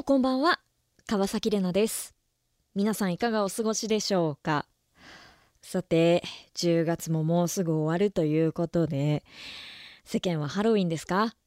こんばんは、川崎れなです。皆さんいかがお過ごしでしょうか。さて、10月ももうすぐ終わるということで、世間はハロウィンですか？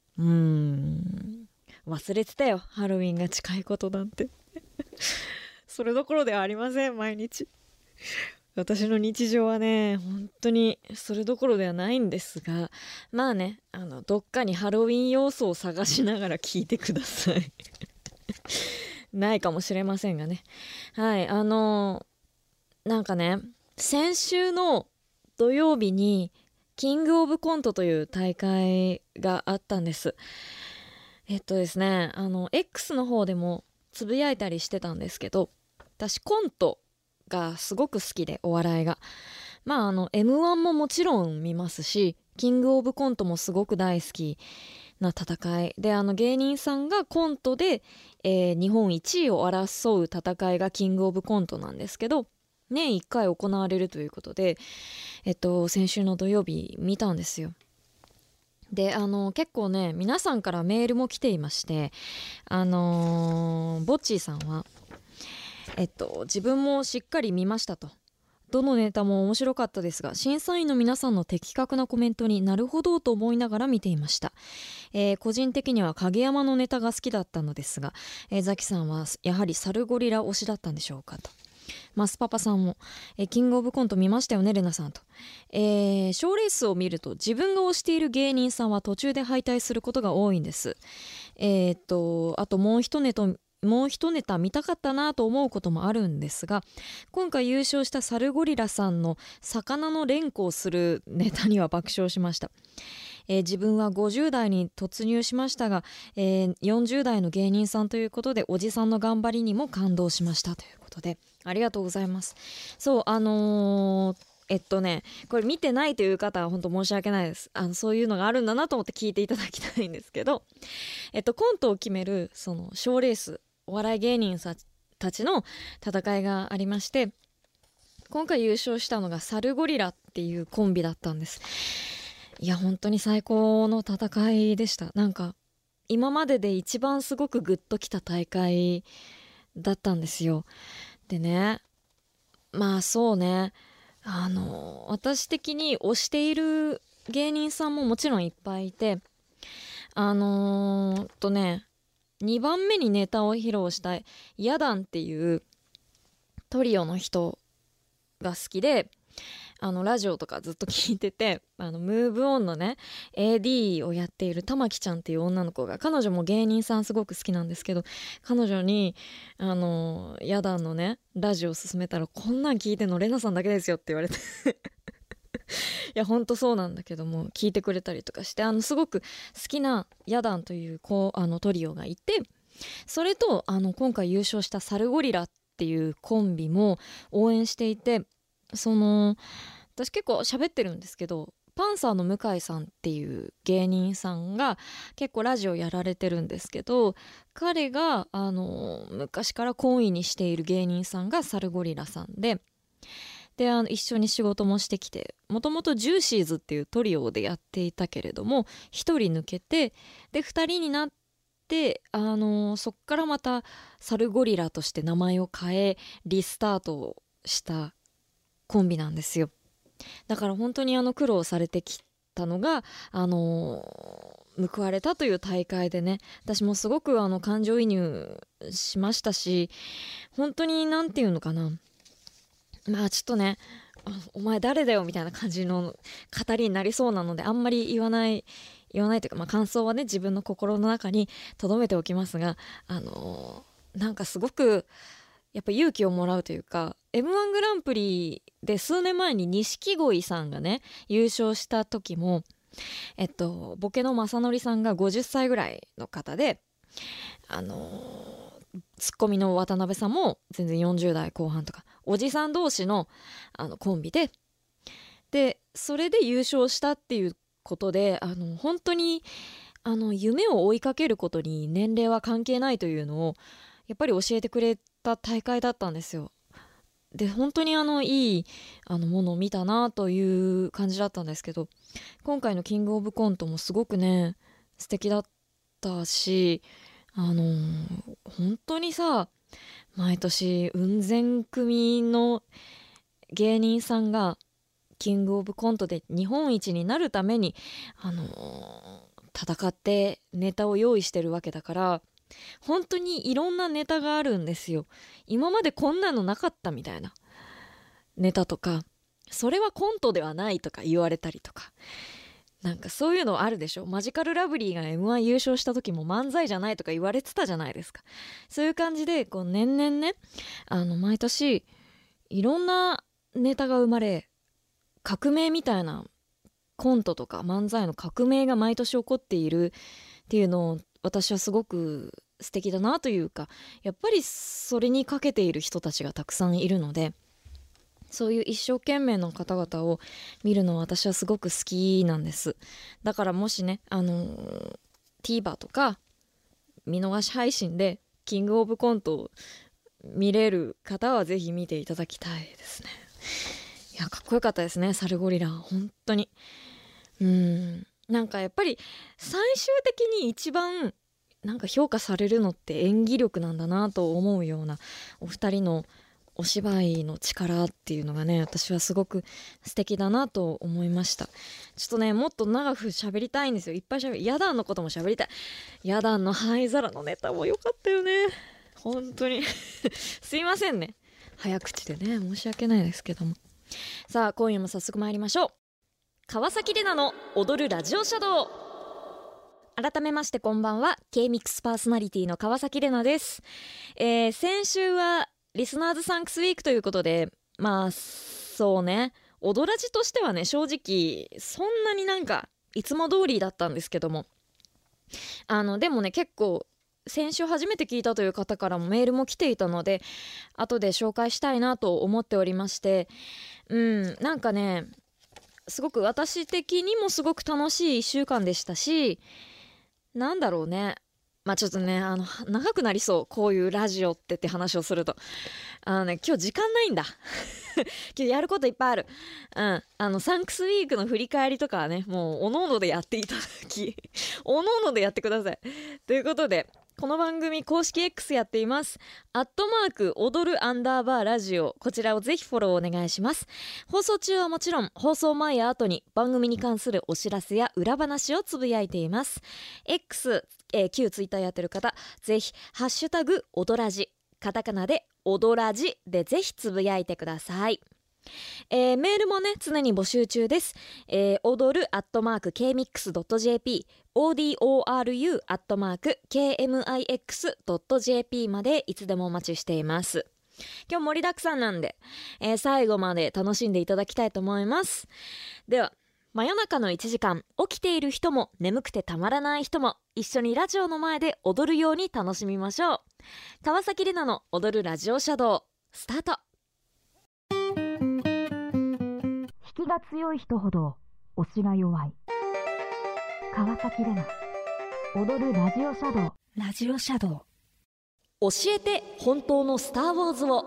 忘れてたよ、ハロウィンが近いことなんて。それどころではありません、毎日。私の日常はね、本当にそれどころではないんですが、まあね、どっかにハロウィン要素を探しながら聞いてください。ないかもしれませんがね。はい、なんかね、先週の土曜日に、キングオブコントという大会があったんです。ですね、X の方でもつぶやいたりしてたんですけど、私コントがすごく好きで、お笑いが。まあM1 ももちろん見ますし、キングオブコントもすごく大好きな戦い。で、芸人さんがコントで、日本一位を争う戦いがキングオブコントなんですけど、年1回行われるということで、先週の土曜日見たんですよ。で、結構ね、皆さんからメールも来ていまして、ボッチーさんは、自分もしっかり見ましたと。どのネタも面白かったですが、審査員の皆さんの的確なコメントになるほどと思いながら見ていました。個人的には影山のネタが好きだったのですが、ザキさんはやはりサルゴリラ推しだったんでしょうかと。マスパパさんも、キングオブコント見ましたよね、レナさんと。賞レースを見ると自分が推している芸人さんは途中で敗退することが多いんです。あともう一ネタ見たかったなと思うこともあるんですが、今回優勝したサルゴリラさんの魚の連呼をするネタには爆笑しました。自分は50代に突入しましたが、40代の芸人さんということでおじさんの頑張りにも感動しましたということで、ありがとうございます。そう、これ見てないという方は本当申し訳ないです。そういうのがあるんだなと思って聞いていただきたいんですけど、コントを決める、その賞レース、お笑い芸人さんたちの戦いがありまして、今回優勝したのがサルゴリラっていうコンビだったんです。いや、本当に最高の戦いでした。なんか、今までで一番すごくグッときた大会だったんですよ。でね、まあそうね、私的に推している芸人さんももちろんいっぱいいて、2番目にネタを披露したヤダンっていうトリオの人が好きで、ラジオとかずっと聞いてて、ムーブオンのね、AD をやっている玉木ちゃんっていう女の子が、彼女も芸人さんすごく好きなんですけど、彼女に、ヤダンのね、ラジオを勧めたら、こんなん聞いてんのレナさんだけですよって言われて。いや、ほんとそうなんだけども、聞いてくれたりとかして、すごく好きなヤダンというトリオがいて、それと、今回優勝したサルゴリラっていうコンビも応援していて、私結構喋ってるんですけど、パンサーの向井さんっていう芸人さんが結構ラジオやられてるんですけど、彼が、昔から懇意にしている芸人さんがサルゴリラさんで、で、一緒に仕事もしてきて、もともとジューシーズっていうトリオでやっていたけれども、一人抜けて、で、二人になって、そっからまたサルゴリラとして名前を変え、リスタートをしたコンビなんですよ。だから本当に苦労されてきたのが、報われたという大会でね、私もすごく感情移入しましたし、本当になんていうのかな。まあちょっとね、お前誰だよみたいな感じの語りになりそうなので、あんまり言わないというか、まあ感想はね、自分の心の中に留めておきますが、なんかすごく、やっぱ勇気をもらうというか、M1 グランプリで数年前に錦鯉さんがね、優勝した時も、ボケの正則さんが50歳ぐらいの方で、ツッコミの渡辺さんも全然40代後半とか、おじさん同士のコンビで、それで優勝したっていうことで、本当に、夢を追いかけることに年齢は関係ないというのを、やっぱり教えてくれた大会だったんですよ。で、本当にいい、ものを見たなという感じだったんですけど、今回のキングオブコントもすごくね、素敵だったし、 本当にさ、毎年雲仙組の芸人さんがキングオブコントで日本一になるために戦ってネタを用意してるわけだから、本当にいろんなネタがあるんですよ。今までこんなのなかったみたいなネタとか、それはコントではないとか言われたりとか、なんかそういうのあるでしょ。マジカルラブリーが M1 優勝した時も漫才じゃないとか言われてたじゃないですか。そういう感じでこう年々ね、毎年いろんなネタが生まれ、革命みたいなコントとか漫才の革命が毎年起こっているっていうのを私はすごく素敵だなというか、やっぱりそれにかけている人たちがたくさんいるので、そういう一生懸命の方々を見るのは私はすごく好きなんです。だからもしね、TVer とか見逃し配信でキングオブコントを見れる方はぜひ見ていただきたいですね。いや、かっこよかったですね、サルゴリラ。本当になんかやっぱり最終的に一番なんか評価されるのって演技力なんだなと思うようなお二人のお芝居の力っていうのがね、私はすごく素敵だなと思いました。ちょっとね、もっと長く喋りたいんですよ。いっぱいヤダンのことも喋りたい。ヤダンの灰皿のネタも良かったよね、本当にすいませんね、早口でね、申し訳ないですけども。さあ、今夜も早速参りましょう。川崎レナの踊るラジオシャドウ。改めましてこんばんは、 K-MIX パーソナリティの川崎レナです。先週はリスナーズサンクスウィークということで、まあそうね、踊らじとしてはね、正直そんなになんかいつも通りだったんですけども、でもね、結構先週初めて聞いたという方からもメールも来ていたので、後で紹介したいなと思っておりまして、なんかね、すごく私的にもすごく楽しい1週間でしたし、なんだろうね、まあちょっとね、長くなりそう、こういうラジオって話をすると。今日時間ないんだ今日やることいっぱいある。サンクスウィークの振り返りとかはね、もうおのおのでやっていただきおのおのでやってください。ということで、この番組公式 X やっています。踊る_ラジオ、こちらをぜひフォローお願いします。放送中はもちろん、放送前や後に番組に関するお知らせや裏話をつぶやいています。 X、旧ツイッターやってる方、ぜひハッシュタグ踊らじ、カタカナで踊らじでぜひつぶやいてください。メールもね、常に募集中です。踊る@kmix.jp、odoru @kmix.jp までいつでもお待ちしています。今日盛りだくさんなんで、最後まで楽しんでいただきたいと思います。では、真夜中の1時間、起きている人も眠くてたまらない人も一緒にラジオの前で踊るように楽しみましょう。川崎レナの踊るラジオシャドウ、スタート。引きが強い人ほど推しが弱い。川崎レナ、踊るラジオシャドウ。ラジオシャドウ。教えて本当のスターウォーズを。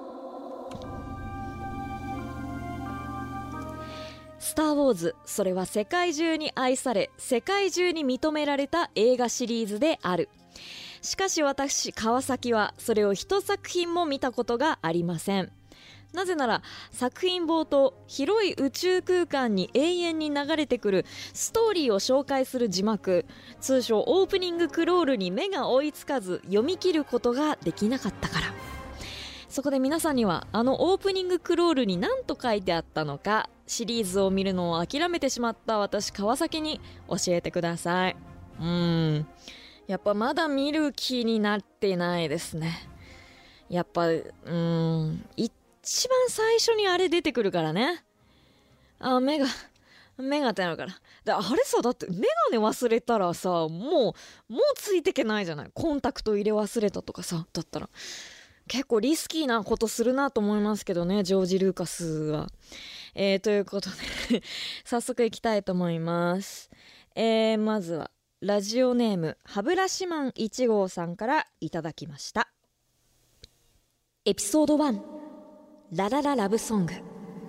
スターウォーズ、それは世界中に愛され、世界中に認められた映画シリーズである。しかし私、川崎はそれを一作品も見たことがありません。なぜなら作品冒頭、広い宇宙空間に永遠に流れてくるストーリーを紹介する字幕、通称オープニングクロールに目が追いつかず読み切ることができなかったから。そこで皆さんにはオープニングクロールに何と書いてあったのか、シリーズを見るのを諦めてしまった私川崎に教えてください。やっぱまだ見る気になってないですね。やっぱ一番最初にあれ出てくるからね。目がってなるから。あれさ、だってメガネ忘れたらさ、もうついてけないじゃない。コンタクト入れ忘れたとかさ、だったら結構リスキーなことするなと思いますけどね、ジョージ・ルーカスは。ということで早速いきたいと思います。まずはラジオネーム歯ブラシマン1号さんからいただきました。エピソード1、ララララブソング。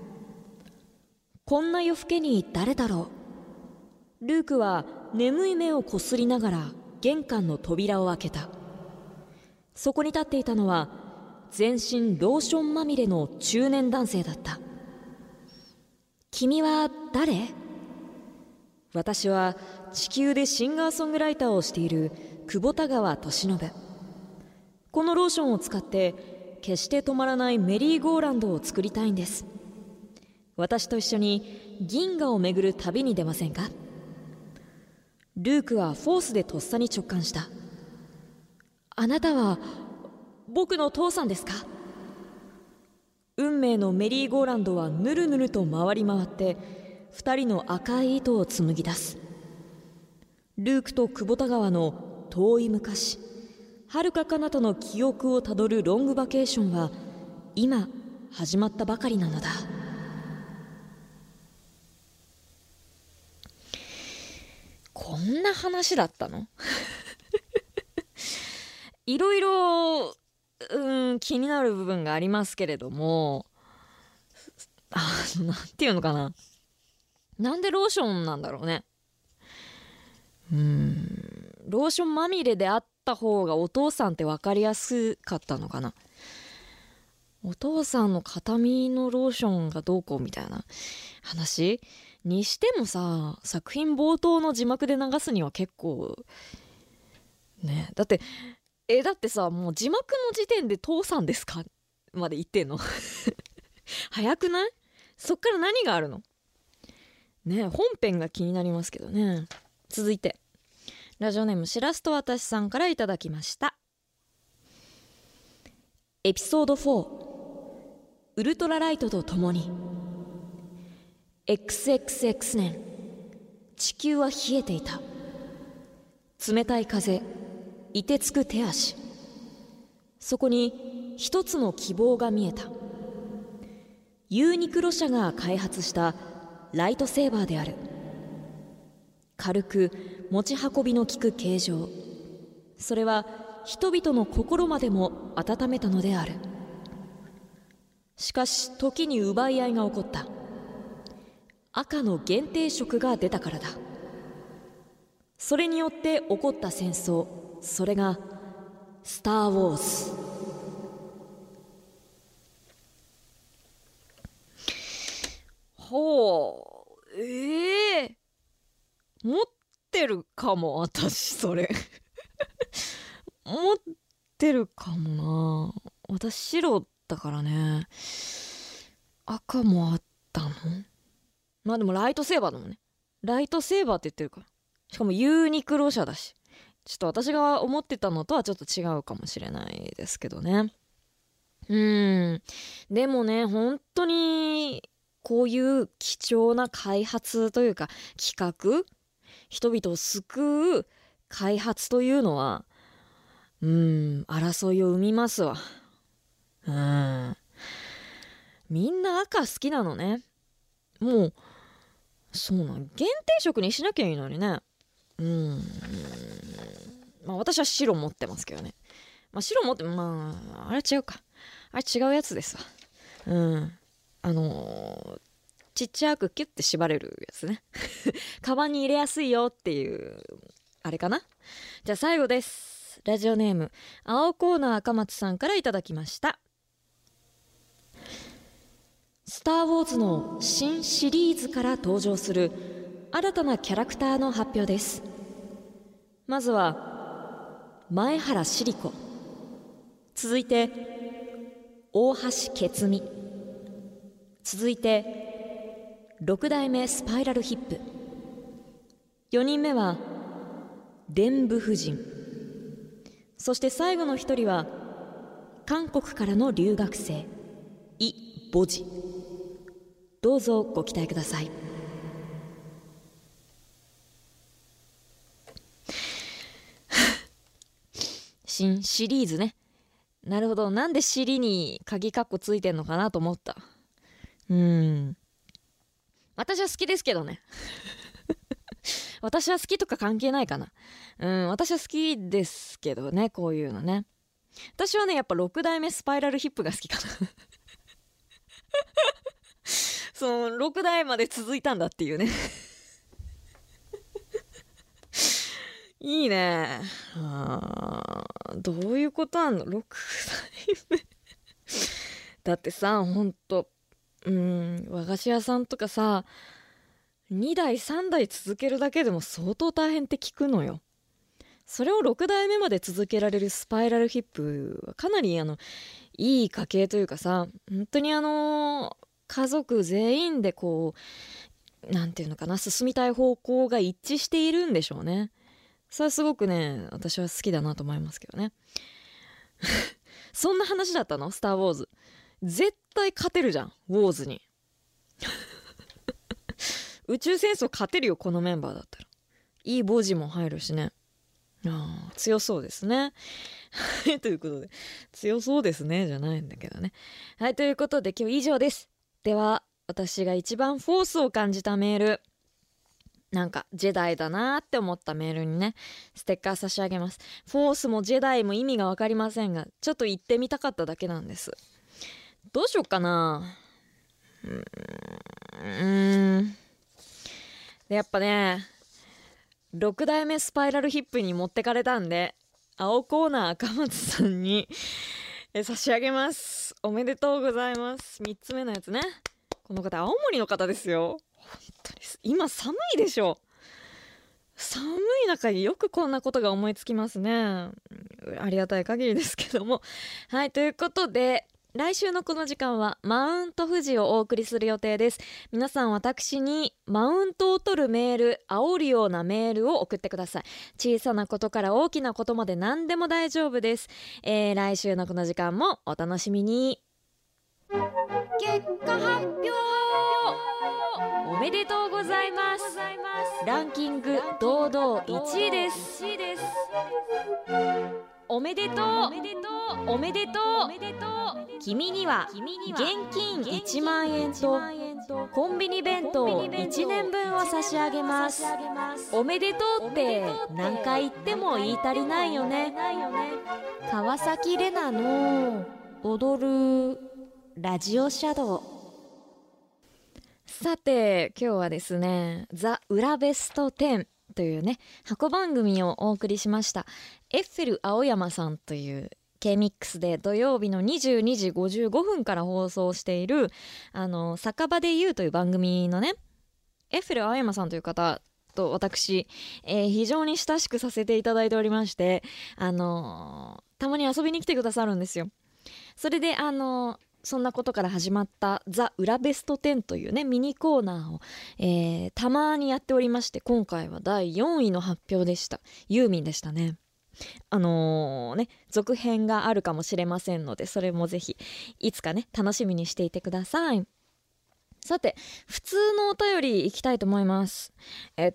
こんな夜更けに誰だろう。ルークは眠い目をこすりながら玄関の扉を開けた。 そこに立っていたのは全身ローションまみれの中年男性だった。君は誰？私は地球でシンガーソングライターをしている久保田川俊信。このローションを使って決して止まらないメリーゴーランドを作りたいんです。私と一緒に銀河を巡る旅に出ませんか？ルークはフォースでとっさに直感した。あなたは僕の父さんですか？運命のメリーゴーランドはぬるぬると回り回って二人の赤い糸を紡ぎ出す。ルークと久保田川の遠い昔、遥か彼方の記憶をたどるロングバケーションは今始まったばかりなのだ。こんな話だったの？いろいろ気になる部分がありますけれども、なんていうのかな、なんでローションなんだろうね。ローションまみれであった方がお父さんって分かりやすかったのかな。お父さんの形見のローションがどうこうみたいな話にしてもさ、作品冒頭の字幕で流すには結構ね、だってさ、もう字幕の時点で父さんですかまで言ってんの早くない？そっから何があるのね。本編が気になりますけどね。続いてラジオネームしらすとわたしさんからいただきました。エピソード4、ウルトラライトと共に。 XXX 年、地球は冷えていた。冷たい風、凍てつく手足。そこに一つの希望が見えた。ユーニクロ社が開発したライトセーバーである。軽く持ち運びの利く形状、それは人々の心までも温めたのである。しかし時に奪い合いが起こった。赤の限定色が出たからだ。それによって起こった戦争、それがスター・ウォーズ。ほう、持ってるかも。私それ持ってるかもな。私白だからね。赤もあったの？まあでもライトセーバーだもんね。ライトセーバーって言ってるから。しかもユーニクロ社だし、ちょっと私が思ってたのとはちょっと違うかもしれないですけどね。でもね、本当にこういう貴重な開発というか企画、人々を救う開発というのは争いを生みますわ。みんな赤好きなのね。もうそうなん、限定色にしなきゃいいのにね。まあ私は白持ってますけどね。まあ白持って、あれ違うか、あれ違うやつですわ。ちっちゃくキュッて縛れるやつねカバンに入れやすいよっていうあれかな。じゃあ最後です。ラジオネーム青コーナー赤松さんからいただきました。スター・ウォーズの新シリーズから登場する新たなキャラクターの発表です。まずは前原シ子、続いて大橋ケミ、続いて6代目スパイラルヒップ、4人目は伝部夫人、そして最後の一人は韓国からの留学生イ・ボジ。どうぞご期待ください。新シリーズね。なるほど、なんで尻に鍵括弧ついてんのかなと思った。私は好きですけどね私は好きとか関係ないかな。私は好きですけどね、こういうのね。私はね、やっぱ6代目スパイラルヒップが好きかなその6代まで続いたんだっていうねいいね。どういうことあんの6代目だってさ、ほんと和菓子屋さんとかさ、2代3代続けるだけでも相当大変って聞くのよ。それを6代目まで続けられるスパイラルヒップはかなりいい家系というかさ、本当に家族全員でこうなんていうのかな、進みたい方向が一致しているんでしょうね。それはすごくね、私は好きだなと思いますけどね。そんな話だったの？スター・ウォーズ絶対勝てるじゃん、ウォーズに。宇宙戦争勝てるよ、このメンバーだったら。いいボジも入るしね。強そうですね。ということで、強そうですねじゃないんだけどね。はい、ということで今日以上です。では、私が一番フォースを感じたメール、なんかジェダイだなって思ったメールにね、ステッカー差し上げます。フォースもジェダイも意味が分かりませんが、ちょっと言ってみたかっただけなんです。どうしよっかな。でやっぱね、6代目スパイラルヒップに持ってかれたんで、青コーナー赤松さんに差し上げます。おめでとうございます。3つ目のやつね。この方青森の方ですよ。本当に今寒いでしょ。寒い中によくこんなことが思いつきますね。ありがたい限りですけども。はい、ということで来週のこの時間はマウント富士をお送りする予定です。皆さん、私にマウントを取るメール、煽るようなメールを送ってください。小さなことから大きなことまで何でも大丈夫です。来週のこの時間もお楽しみに。結果発表おめでとうございます。ランキング堂々1位です。おめでとう、おめでとう。君には現金1万円とコンビニ弁当1年分を差し上げます。おめでとうって何回言っても言い足りないよね。川崎レナの踊るラジオシャドウ。さて今日はですね、ザ・裏ベスト10というね箱番組をお送りしました。エッフェル青山さんという K-MIX で土曜日の22時55分から放送している酒場で言うという番組のね、エッフェル青山さんという方と私、非常に親しくさせていただいておりまして、たまに遊びに来てくださるんですよ。それでそんなことから始まったザ・裏ベスト10というねミニコーナーを、たまにやっておりまして、今回は第4位の発表でした。ユーミンでしたね。続編があるかもしれませんので、それもぜひいつかね楽しみにしていてください。さて普通のお便りいきたいと思います。ラ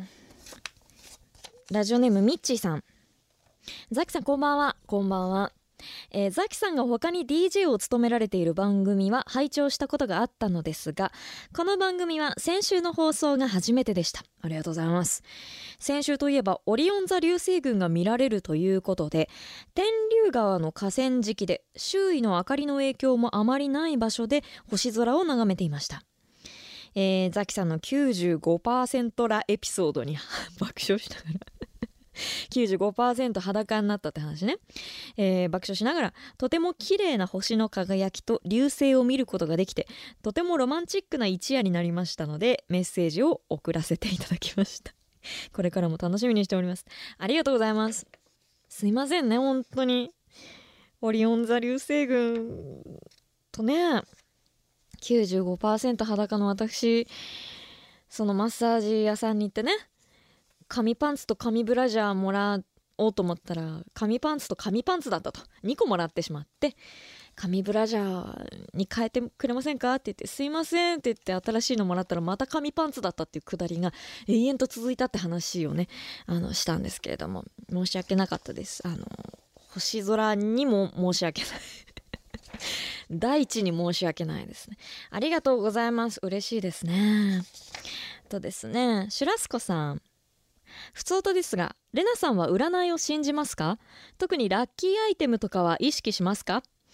ジオネームミッチーさん。ザキさんこんばんは。こんばんは。ザキさんが他に DJ を務められている番組は拝聴したことがあったのですが、この番組は先週の放送が初めてでした。ありがとうございます。先週といえばオリオン座流星群が見られるということで、天竜川の河川敷で周囲の明かりの影響もあまりない場所で星空を眺めていました。ザキさんの 95% ラエピソードに爆笑しながら95% 裸になったって話ね、爆笑しながらとても綺麗な星の輝きと流星を見ることができて、とてもロマンチックな一夜になりましたのでメッセージを送らせていただきました。これからも楽しみにしております。ありがとうございます。すいませんね、本当にオリオン座流星群とね 95% 裸の私、そのマッサージ屋さんに行ってね、紙パンツと紙ブラジャーもらおうと思ったら紙パンツと紙パンツだったと2個もらってしまって、紙ブラジャーに変えてくれませんかって言って、すいませんって言って新しいのもらったらまた紙パンツだったっていうくだりが永遠と続いたって話をねしたんですけれども、申し訳なかったです。星空にも申し訳ない第一に申し訳ないですね。ありがとうございます。嬉しいですね。とですね、シュラスコさん、ふつおたですが、レナさんは占いを信じますか？特にラッキーアイテムとかは意識しますか？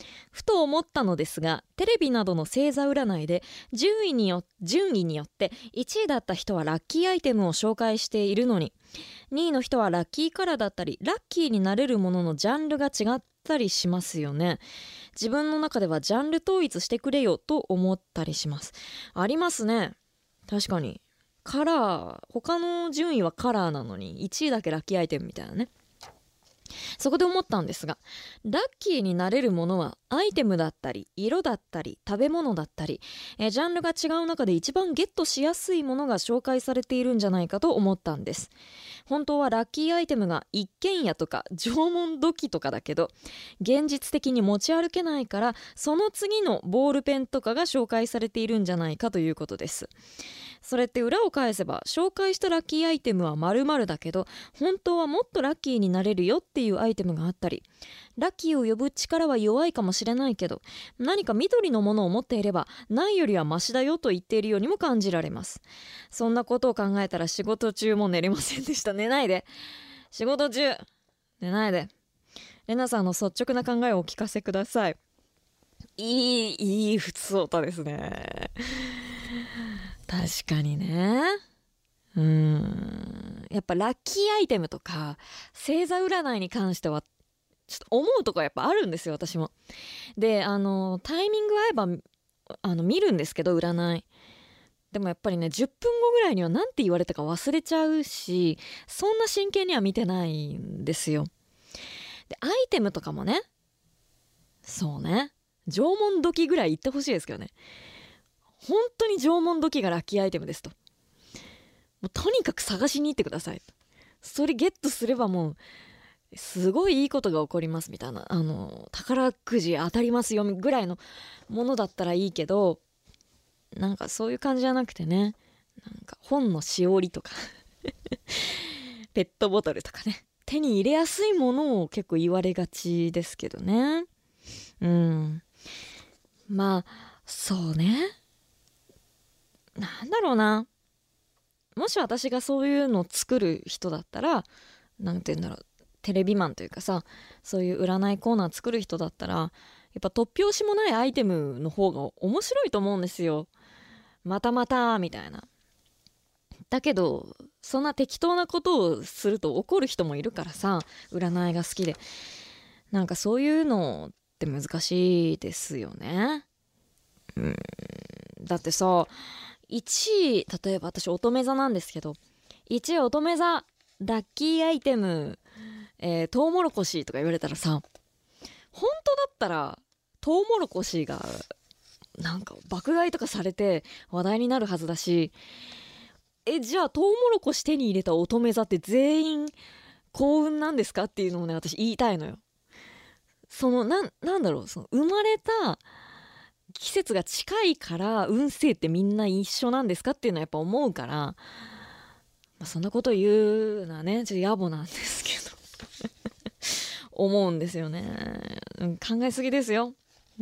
ふと思ったのですが、テレビなどの星座占いで順位によって1位だった人はラッキーアイテムを紹介しているのに、2位の人はラッキーカラーだったりラッキーになれるもののジャンルが違ったりしますよね。自分の中ではジャンル統一してくれよと思ったりします。ありますね。確かにカラー、他の順位はカラーなのに1位だけラッキーアイテムみたいなね。そこで思ったんですが、ラッキーになれるものはアイテムだったり色だったり食べ物だったり、ジャンルが違う中で一番ゲットしやすいものが紹介されているんじゃないかと思ったんです。本当はラッキーアイテムが一軒家とか縄文土器とかだけど、現実的に持ち歩けないから、その次のボールペンとかが紹介されているんじゃないかということです。それって裏を返せば、紹介したラッキーアイテムは〇〇だけど、本当はもっとラッキーになれるよっていうアイテムがあったり、ラッキーを呼ぶ力は弱いかもしれないけど、何か緑のものを持っていればないよりはマシだよと言っているようにも感じられます。そんなことを考えたら仕事中も寝れませんでした。寝ないで、仕事中寝ないで。レナさんの率直な考えをお聞かせください。いい普通オタですね。確かにね。やっぱラッキーアイテムとか星座占いに関してはちょっと思うとこはやっぱあるんですよ、私も。で、タイミング合えば見るんですけど、占いでもやっぱりね、10分後ぐらいには何て言われたか忘れちゃうし、そんな真剣には見てないんですよ。で、アイテムとかもね、そうね、縄文土器ぐらい言ってほしいですけどね。本当に縄文土器がラッキーアイテムですと。もうとにかく探しに行ってください。それゲットすればもうすごいいいことが起こりますみたいな、宝くじ当たりますよぐらいのものだったらいいけど、なんかそういう感じじゃなくてね、なんか本のしおりとかペットボトルとかね、手に入れやすいものを結構言われがちですけどね。まあそうね、なんだろうな、もし私がそういうのを作る人だったら、なんて言うんだろう、テレビマンというかさ、そういう占いコーナー作る人だったら、やっぱ突拍子もないアイテムの方が面白いと思うんですよ。またまたみたいな。だけどそんな適当なことをすると怒る人もいるからさ、占いが好きで。なんかそういうのって難しいですよね。だってさ、1位、例えば私乙女座なんですけど、1位乙女座ラッキーアイテム、トウモロコシとか言われたらさ、本当だったらトウモロコシがなんか爆買いとかされて話題になるはずだし、じゃあトウモロコシ手に入れた乙女座って全員幸運なんですかっていうのをね、私言いたいのよ。そのなんだろう、その生まれた季節が近いから運勢ってみんな一緒なんですかっていうのはやっぱ思うから、そんなこと言うのはね、ちょっと野暮なんですけど思うんですよね。考えすぎですよ。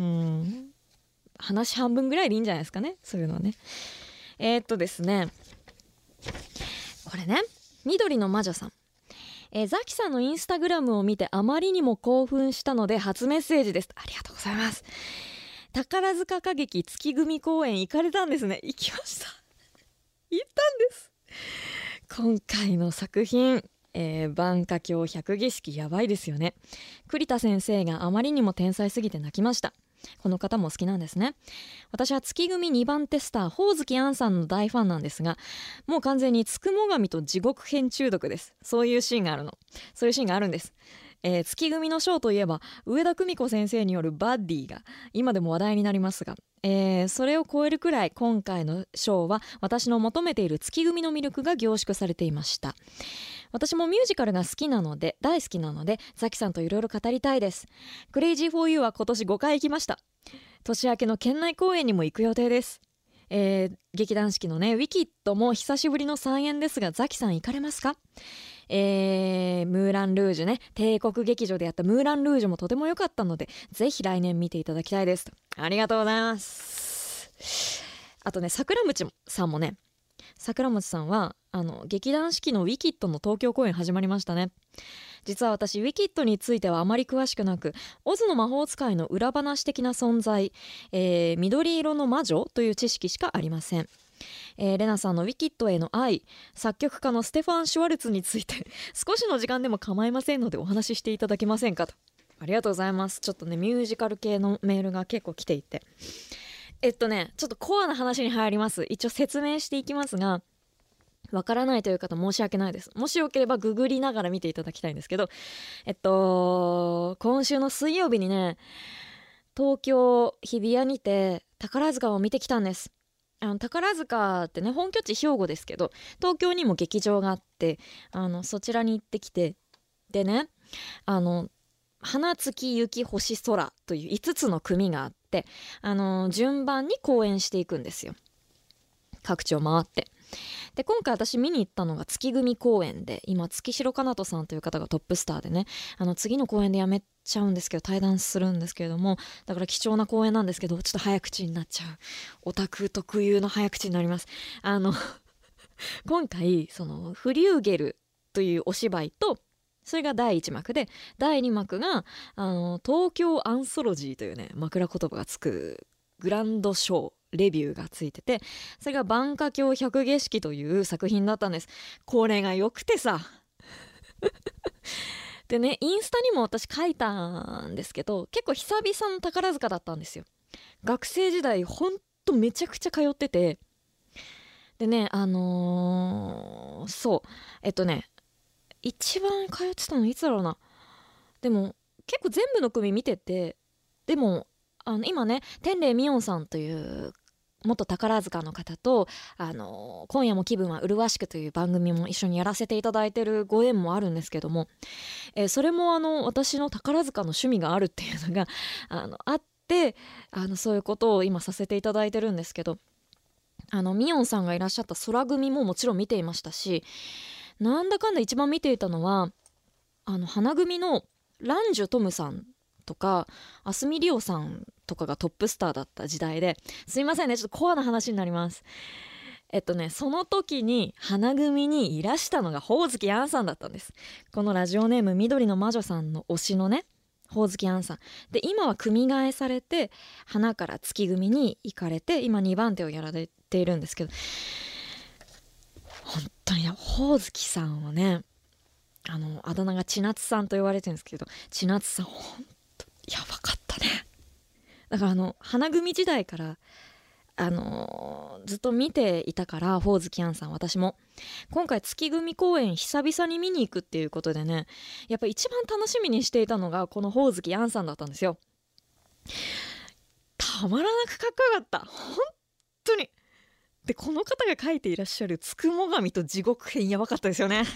話半分ぐらいでいいんじゃないですかね、そういうのはね。ですね、これね、緑の魔女さん、ザキさんのインスタグラムを見てあまりにも興奮したので初メッセージです。ありがとうございます。宝塚歌劇月組公演行かれたんですね。行きました。行ったんです。今回の作品、晩夏京百儀式やばいですよね。栗田先生があまりにも天才すぎて泣きました。この方も好きなんですね。私は月組2番手スターほおずきあんさんの大ファンなんですが、もう完全につくも神と地獄編中毒です。そういうシーンがあるんです。月組のショーといえば上田久美子先生によるバッディが今でも話題になりますが、それを超えるくらい今回のショーは私の求めている月組の魅力が凝縮されていました。私もミュージカルが大好きなのでザキさんといろいろ語りたいです。クレイジーフォーユーは今年5回行きました。年明けの県内公演にも行く予定です。劇団四季のねウィキッドも久しぶりの再演ですが、ザキさん行かれますか？ムーランルージュね、帝国劇場でやったムーランルージュもとても良かったので、ぜひ来年見ていただきたいです。ありがとうございます。あとね、桜餅さんもね、 桜餅さんは劇団四季のウィキッドの東京公演始まりましたね。実は私ウィキッドについてはあまり詳しくなく、オズの魔法使いの裏話的な存在、緑色の魔女という知識しかありません。レナさんのウィキッドへの愛、作曲家のステファン・シュワルツについて少しの時間でも構いませんのでお話ししていただけませんかと。ありがとうございます。ちょっとねミュージカル系のメールが結構来ていて、ちょっとコアな話に入ります。一応説明していきますが、わからないという方申し訳ないです。もしよければググりながら見ていただきたいんですけど、今週の水曜日にね、東京日比谷にて宝塚を見てきたんです。宝塚ってね、本拠地兵庫ですけど、東京にも劇場があって、そちらに行ってきて、でね、花月雪星空という5つの組があって、順番に公演していくんですよ、各地を回って。で今回私見に行ったのが月組公演で、今月城かなとさんという方がトップスターでね、次の公演で辞めちゃうんですけど、退団するんですけれども、だから貴重な公演なんですけど、ちょっと早口になっちゃう、オタク特有の早口になります。今回そのフリューゲルというお芝居と、それが第1幕で、第2幕が東京アンソロジーというね、枕言葉がつくグランドショーレビューがついてて、それが万華鏡百景色という作品だったんです。これが良くてさでね、インスタにも私書いたんですけど、結構久々の宝塚だったんですよ。学生時代ほんとめちゃくちゃ通ってて、でね一番通ってたのいつだろうな。でも結構全部の組見てて、でも今ね、天霊みおんさんという元宝塚の方と今夜も気分は麗しくという番組も一緒にやらせていただいてるご縁もあるんですけども、それも私の宝塚の趣味があるっていうのがあって、そういうことを今させていただいてるんですけど、みおんさんがいらっしゃった空組ももちろん見ていましたし、なんだかんだ一番見ていたのは花組のランジュトムさんとかあすみりおさんとかがトップスターだった時代で、すいませんね、ちょっとコアな話になります。その時に花組にいらしたのがほおずきあんさんだったんです。このラジオネーム緑の魔女さんの推しのね、ほおずきあんさんで、今は組替えされて花から月組に行かれて、今2番手をやられているんですけど、本当にほおずきさんはね、あだ名が千夏さんと言われてるんですけど、千夏さんほんとやばかったね。だから花組時代からずっと見ていたから、ほおずきあんさん、私も今回月組公演久々に見に行くっていうことでね、やっぱ一番楽しみにしていたのがこのほおずきあんさんだったんですよ。たまらなくかっこよかった、本当に。でこの方が書いていらっしゃるつくも神と地獄編やばかったですよね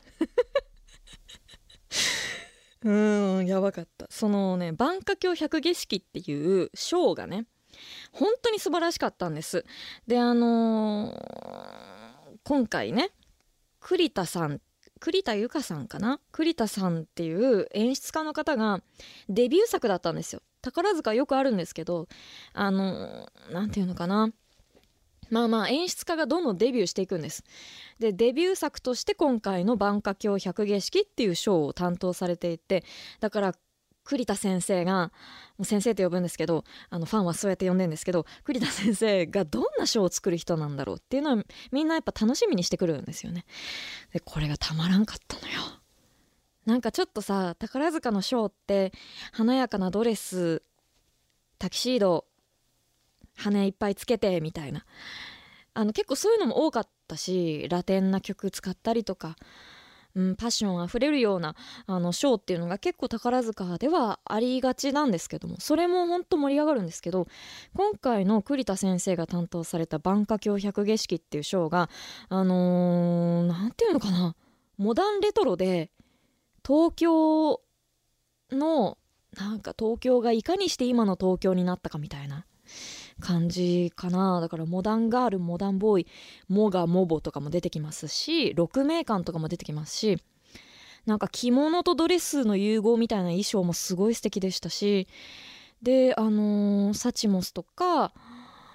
やばかった。そのね、万華鏡百景色っていうショーがね、本当に素晴らしかったんです。で今回ね、栗田由香さんかな、栗田さんっていう演出家の方がデビュー作だったんですよ。宝塚よくあるんですけど、なんていうのかな、演出家がどんどんデビューしていくんです。でデビュー作として今回の万華鏡百景色っていうショーを担当されていて、だから栗田先生が、もう先生と呼ぶんですけど、ファンはそうやって呼んでるんですけど、栗田先生がどんなショーを作る人なんだろうっていうのはみんなやっぱ楽しみにしてくるんですよね。でこれがたまらんかったのよ。なんかちょっとさ、宝塚のショーって華やかなドレス、タキシード、羽いっぱいつけてみたいな、結構そういうのも多かったし、ラテンな曲使ったりとか、パッションあふれるようなショーっていうのが結構宝塚ではありがちなんですけども、それもほんと盛り上がるんですけど、今回の栗田先生が担当された万華鏡百景色っていうショーがなんていうのかな、モダンレトロで、東京のなんか東京がいかにして今の東京になったかみたいな感じかな。だからモダンガール、モダンボーイ、モガモボとかも出てきますし、鹿鳴館とかも出てきますし、なんか着物とドレスの融合みたいな衣装もすごい素敵でしたし、でサチモスとか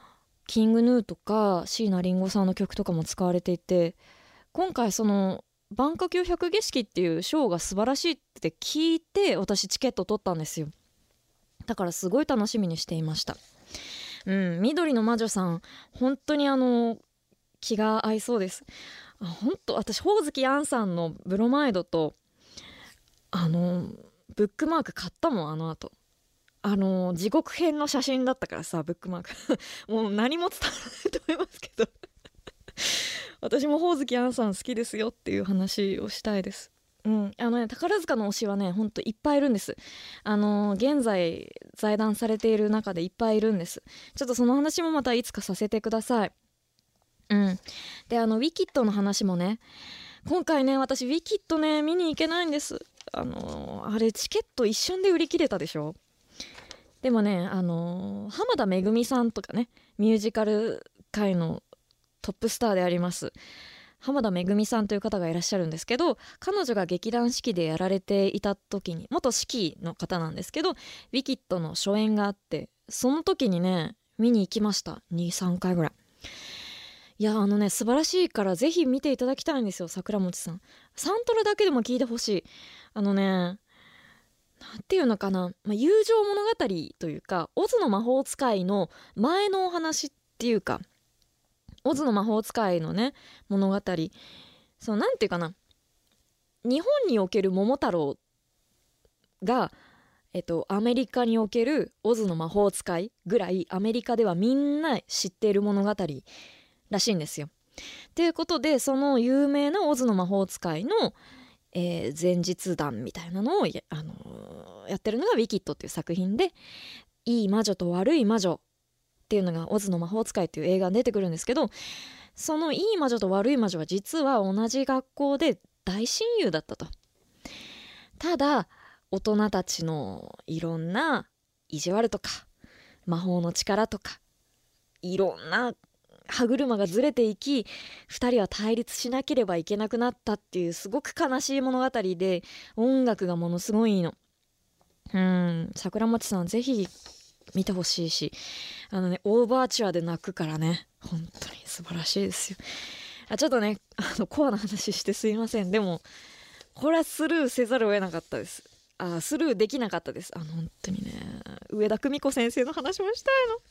キングヌーとか椎名林檎さんの曲とかも使われていて、今回その万華鏡百景色っていうショーが素晴らしいって聞いて私チケット取ったんですよ。だからすごい楽しみにしていました。緑の魔女さん本当に気が合いそうです。本当私ほおずきあんさんのブロマイドとブックマーク買ったもん。後地獄編の写真だったからさ、ブックマークもう何も伝わらないと思いますけど私もほおずきあんさん好きですよっていう話をしたいです。宝塚の推しはねほんといっぱいいるんです。現在在団されている中でいっぱいいるんです。ちょっとその話もまたいつかさせてください。でウィキッドの話もね、今回ね私ウィキッドね見に行けないんです。あれチケット一瞬で売り切れたでしょ。でもね浜田めぐみさんとかね、ミュージカル界のトップスターであります浜田めぐみさんという方がいらっしゃるんですけど、彼女が劇団四季でやられていた時に、元四季の方なんですけど、ウィキッドの初演があって、その時にね見に行きました。 2,3 回ぐらい。いや素晴らしいからぜひ見ていただきたいんですよ。桜餅さんサントラだけでも聞いてほしい。なんていうのかな、友情物語というか、オズの魔法使いの前のお話っていうか、オズの魔法使いのね物語、そうなんていうかな、日本における桃太郎がアメリカにおけるオズの魔法使いぐらいアメリカではみんな知っている物語らしいんですよ。ということで、その有名なオズの魔法使いの、前日談みたいなのをやってるのがウィキッドっていう作品で、いい魔女と悪い魔女っていうのがオズの魔法使いっていう映画に出てくるんですけど、そのいい魔女と悪い魔女は実は同じ学校で大親友だったと。ただ大人たちのいろんな意地悪とか魔法の力とかいろんな歯車がずれていき、2人は対立しなければいけなくなったっていうすごく悲しい物語で、音楽がものすごいいいの。桜餅さんぜひ見てほしいし、オーバーチュアで泣くからね、本当に素晴らしいですよ。ちょっとねコアな話してすいません。でもこれはスルーせざるを得なかったです。スルーできなかったです。本当にね、上田久美子先生の話もしたいの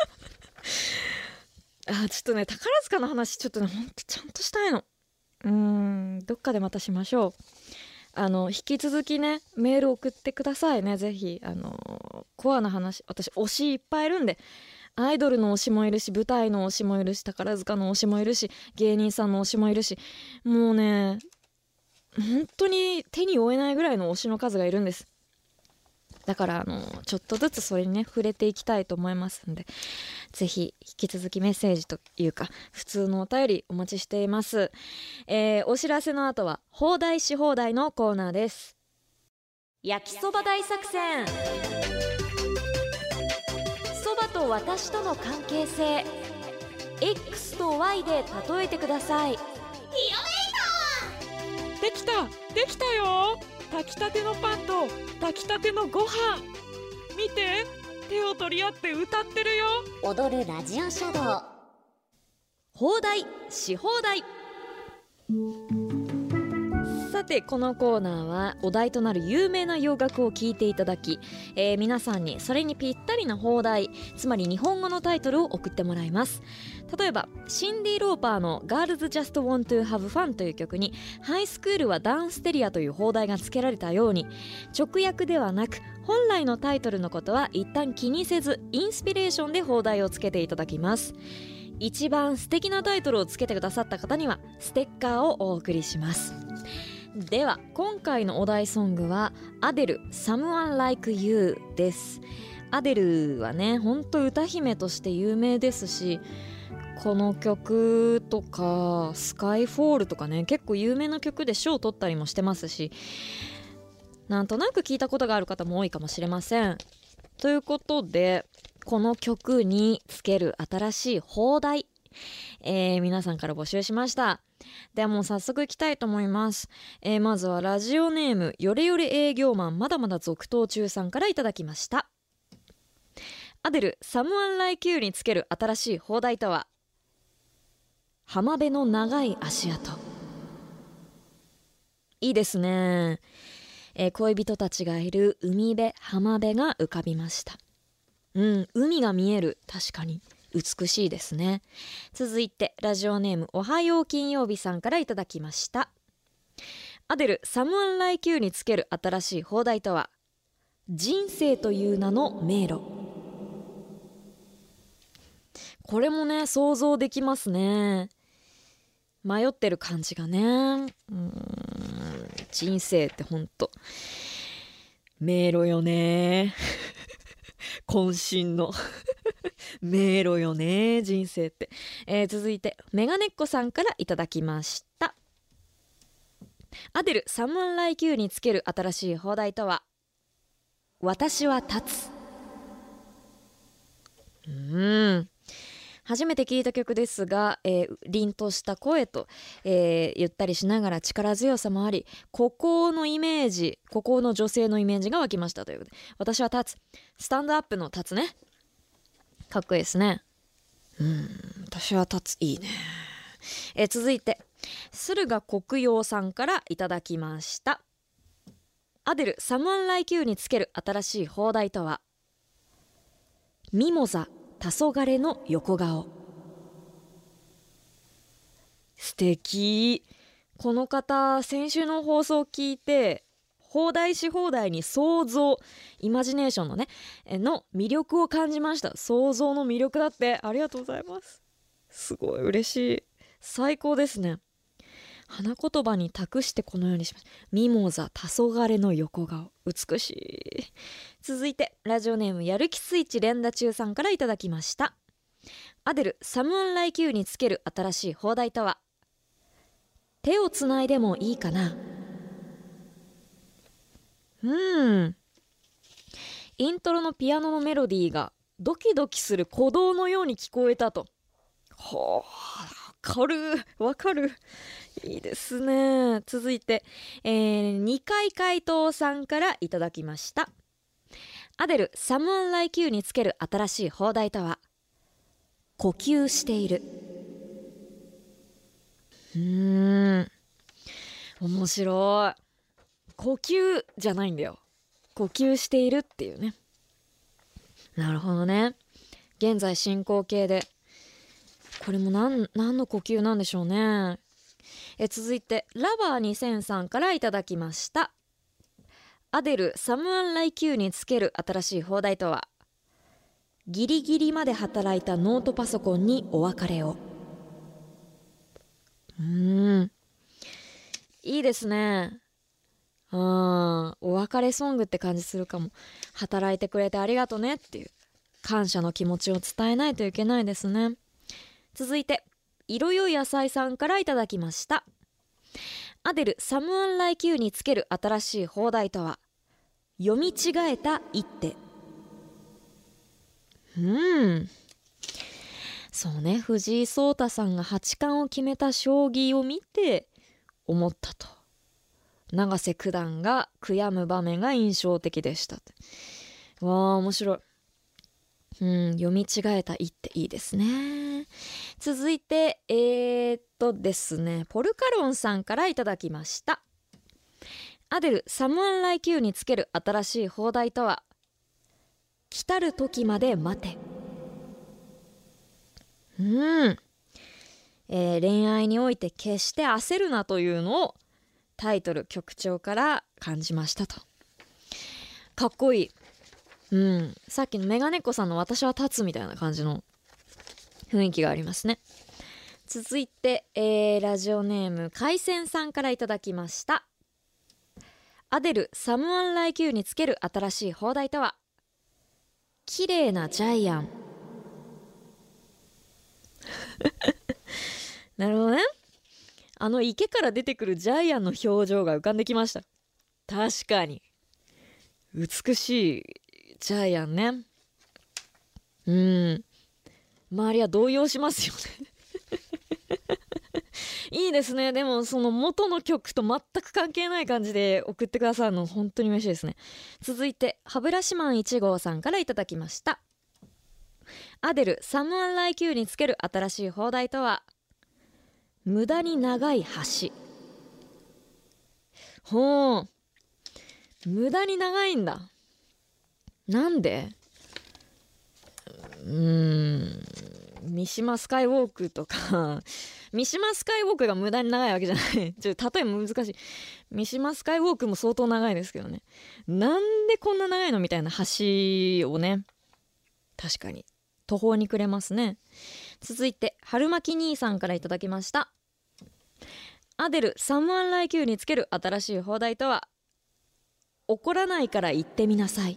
ちょっとね宝塚の話ちょっとねほんとちゃんとしたいの。どっかでまたしましょう。引き続きねメール送ってくださいね、ぜひ。コアな話、私推しいっぱいいるんで、アイドルの推しもいるし、舞台の推しもいるし、宝塚の推しもいるし、芸人さんの推しもいるし、もうね本当に手に負えないぐらいの推しの数がいるんです。だからちょっとずつそれにね触れていきたいと思いますんで、ぜひ引き続きメッセージというか普通のお便りお待ちしています。お知らせの後は放題し放題のコーナーです。焼きそば大作戦。そばと私との関係性 X と Y で例えてください。 できたできたよ。炊きたてのパンと炊きたてのご飯、見て手を取り合って歌ってるよ。 踊るラジオシャドウ。 放題し放題。さてこのコーナーはお題となる有名な洋楽を聴いていただき、皆さんにそれにぴったりな放題、つまり日本語のタイトルを送ってもらいます。例えばシンディ・ローパーの Girls Just Want to Have Fun という曲にハイスクールはダンステリアという放題が付けられたように、直訳ではなく本来のタイトルのことは一旦気にせずインスピレーションで放題をつけていただきます。一番素敵なタイトルをつけてくださった方にはステッカーをお送りします。では今回のお題ソングはアデル Someone Like You です。アデルはね本当歌姫として有名ですし、この曲とかスカイフォールとかね結構有名な曲で賞を取ったりもしてますし、なんとなく聞いたことがある方も多いかもしれません。ということでこの曲につける新しい放題、皆さんから募集しました。ではもう早速いきたいと思います。まずはラジオネームよれよれ営業マンまだまだ続投中さんからいただきました。 アデル、Someone Like You につける新しい邦題とは。浜辺の長い足跡。いいですね。恋人たちがいる海辺、浜辺が浮かびました。海が見える。確かに美しいですね。続いてラジオネームおはよう金曜日さんからいただきました。アデル、Someone Like You につける新しい邦題とは。人生という名の迷路。これもね、想像できますね。迷ってる感じがね。人生ってほんと迷路よね。渾身の迷路よね、人生って。続いてメガネっ子さんからいただきました。アデル、Someone Like You につける新しい邦題とは。私は立つ。初めて聞いた曲ですが、凛とした声と、ゆったりしながら力強さもあり、孤高の女性のイメージが湧きましたということで、私は立つ、スタンドアップの立つね。かっこいいですね。私は立つ、いいね。続いて駿河国陽さんからいただきました。アデル、Someone Like You につける新しい邦題とは。ミモザ、黄昏の横顔。素敵。この方、先週の放送を聞いて、邦題し放題に想像、イマジネーションのねの魅力を感じました。想像の魅力だって。ありがとうございます。すごい嬉しい。最高ですね。花言葉に託してこのようにします。ミモザ、黄昏の横顔。美しい。続いてラジオネームやる気スイッチ連打中さんからいただきました。アデル、Someone Like You につける新しい邦題とは。手をつないでもいいかな。イントロのピアノのメロディーがドキドキする鼓動のように聞こえたと。わかる。いいですね。続いて、2回回答さんからいただきました。アデル、Someone Like You につける新しい邦題とは。呼吸している。面白い。呼吸じゃないんだよ。呼吸しているっていうね。なるほどね。現在進行形で、これも何の呼吸なんでしょうね。続いてラバー2003からいただきました。アデル、Someone Like You につける新しい邦題とは。ギリギリまで働いたノートパソコンにお別れを。いいですね。お別れソングって感じするかも。働いてくれてありがとねっていう感謝の気持ちを伝えないといけないですね。続いて色よ野菜さんからいただきました。アデル、Someone Like You につける新しい邦題とは。読み違えた一手。そうね、藤井聡太さんが八冠を決めた将棋を見て思ったと。永瀬九段が悔やむ場面が印象的でしたって。わあ、面白い。読み違えた一手、いいですね。続いてですね、ポルカロンさんからいただきました。アデル、Someone Like You につける新しい邦題とは。来たる時まで待て。恋愛において決して焦るなというのをタイトル曲調から感じましたと。かっこいい。さっきのメガネっ子さんの私は立つみたいな感じの雰囲気がありますね。続いて、ラジオネーム海鮮さんからいただきました。アデル、Someone Like You につける新しい邦題とは。綺麗なジャイアン。なるほどね。池から出てくるジャイアンの表情が浮かんできました。確かに美しいジャイアンね。周りは動揺しますよね。いいですね。でもその元の曲と全く関係ない感じで送ってくださるの本当に嬉しいですね。続いて歯ブラシマン1号さんからいただきました。 アデル Someone Like You につける新しい放題とは、無駄に長い橋。ほう、無駄に長いんだ。なんで？三島スカイウォークとか三島スカイウォークが無駄に長いわけじゃない例え難しい。三島スカイウォークも相当長いですけどね。なんでこんな長いのみたいな橋をね、確かに途方に暮れますね。続いて春巻き兄さんからいただきました。アデル Someone Like You につける新しい放題とは、怒らないから言ってみなさい。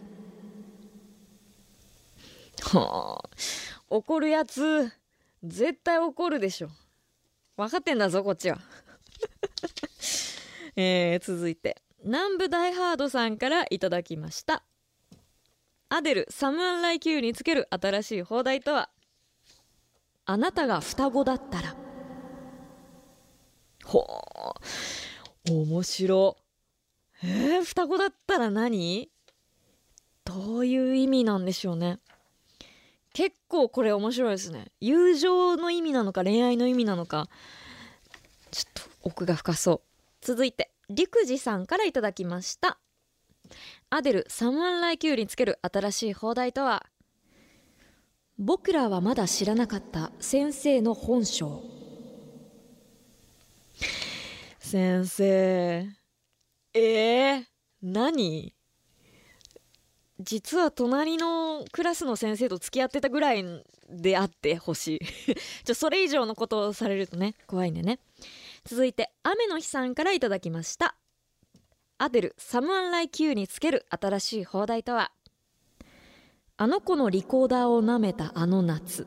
はあ、怒るやつ絶対怒るでしょ。分かってんだぞこっちは続いて南部ダイハードさんからいただきました。アデル Someone Like You につける新しい放題とは、あなたが双子だったら。ほう、面白。双子だったら何？どういう意味なんでしょうね。結構これ面白いですね。友情の意味なのか恋愛の意味なのか、ちょっと奥が深そう。続いて陸二さんからいただきました。アデル Someone Like You につける新しい放題とは、僕らはまだ知らなかった先生の本性。先生、何？実は隣のクラスの先生と付き合ってたぐらいであってほしいそれ以上のことをされるとね、怖いんでね。続いて雨の日さんからいただきました。アデル Someone Like You につける新しい放題とは、あの子のリコーダーを舐めたあの夏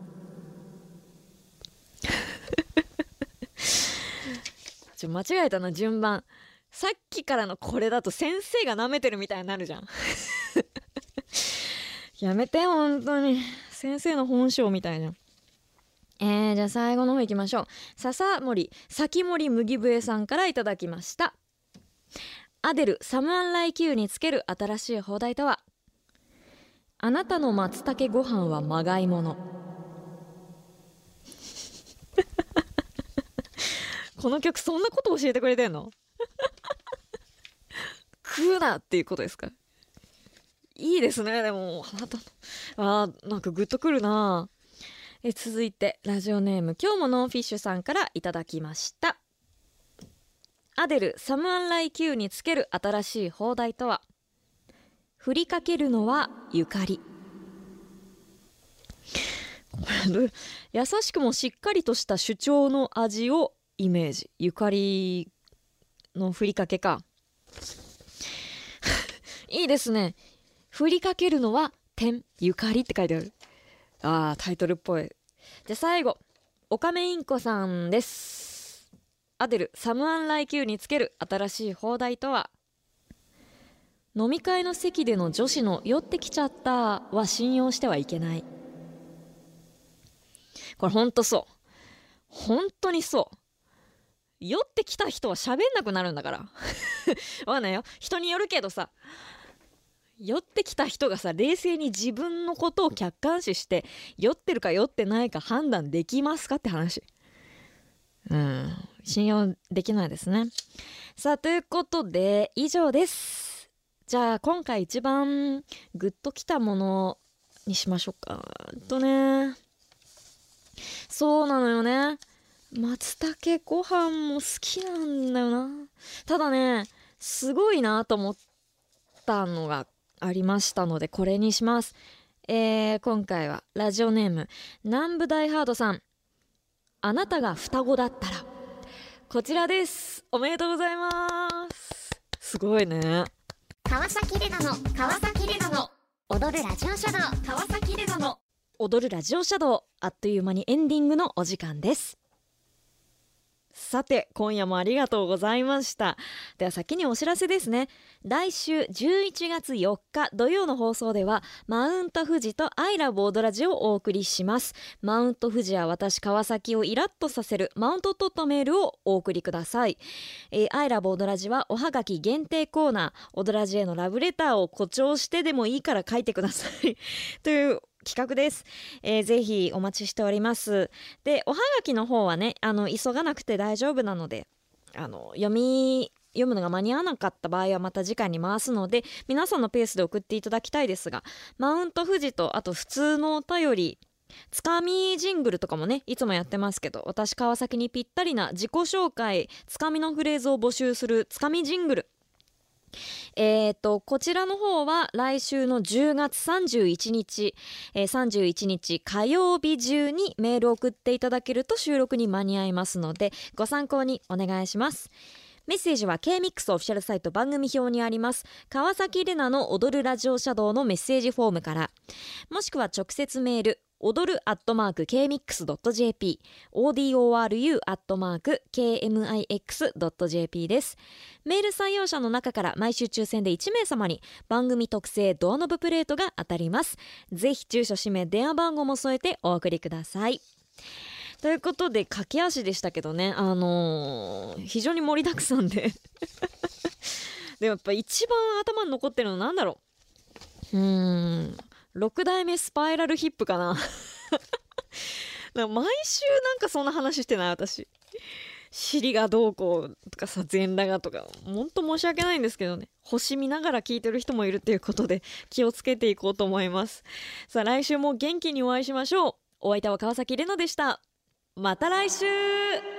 間違えたな、順番。さっきからのこれだと先生が舐めてるみたいになるじゃんやめて本当に、先生の本性みたいじゃん。じゃあ最後の方行きましょう。笹森先森麦笛さんからいただきました。アデル Someone Like You につける新しい放題とは、あなたの松茸ご飯はまがいものこの曲そんなこと教えてくれてんの食うなっていうことですか？いいですね。でもなんかグッとくるな。続いてラジオネーム今日もノンフィッシュさんからいただきました。アデル Someone Like You につける新しい放題とは、振りかけるのはゆかり。優しくもしっかりとした主張の味をイメージ。ゆかりの振りかけかいいですね。振りかけるのは点ゆかりって書いてある。タイトルっぽい。じゃあ最後オカメインコさんです。アデル Someone Like You につける新しい放題とは、飲み会の席での女子の酔ってきちゃったは信用してはいけない。これほんとそう。本当にそう。酔ってきた人は喋んなくなるんだからわかんないよ、人によるけどさ、酔ってきた人がさ、冷静に自分のことを客観視して酔ってるか酔ってないか判断できますかって話。信用できないですね。さあということで以上です。じゃあ今回一番グッときたものにしましょうか。そうなのよね、松茸ご飯も好きなんだよな。ただね、すごいなと思ったのがありましたのでこれにします。今回はラジオネーム南部ダイハードさん、あなたが双子だったら。こちらです。おめでとうございます。すごいね。 川崎レナの踊るラジオシャドウ、川崎レナの踊るラジオシャドウ、あっという間にエンディングのお時間です。さて今夜もありがとうございました。では先にお知らせですね。来週11月4日土曜の放送ではマウント富士とアイラブオドラジをお送りします。マウント富士は私川崎をイラッとさせるマウント取ったメールをお送りください。アイラブオドラジはおはがき限定コーナー、オドラジへのラブレターを誇張してでもいいから書いてくださいという企画です。ぜひお待ちしております。でおはがきの方はね急がなくて大丈夫なので読むのが間に合わなかった場合はまた次回に回すので、皆さんのペースで送っていただきたいですが、マウント富士とあと普通のお便り、つかみジングルとかもねいつもやってますけど、私川崎にぴったりな自己紹介、つかみのフレーズを募集するつかみジングル、こちらの方は来週の10月31日、31日火曜日中にメールを送っていただけると収録に間に合いますので、ご参考にお願いします。メッセージは K-MIX オフィシャルサイト番組表にあります川崎レナの踊るラジオシャドウのメッセージフォームから、もしくは直接メール踊る@kmix.jp odoru@kmix.jp です。メール採用者の中から毎週抽選で1名様に番組特製ドアノブプレートが当たります。ぜひ住所氏名電話番号も添えてお送りください。ということで駆け足でしたけどね、非常に盛りだくさんででもやっぱ一番頭に残ってるのなんだろう、6代目スパイラルヒップかななんか毎週なんかそんな話してない私、尻がどうこうとかさ、全裸がとか、ほんと申し訳ないんですけどね、星見ながら聞いてる人もいるっていうことで気をつけていこうと思います。さあ来週も元気にお会いしましょう。お相手は川崎レナでした。また来週。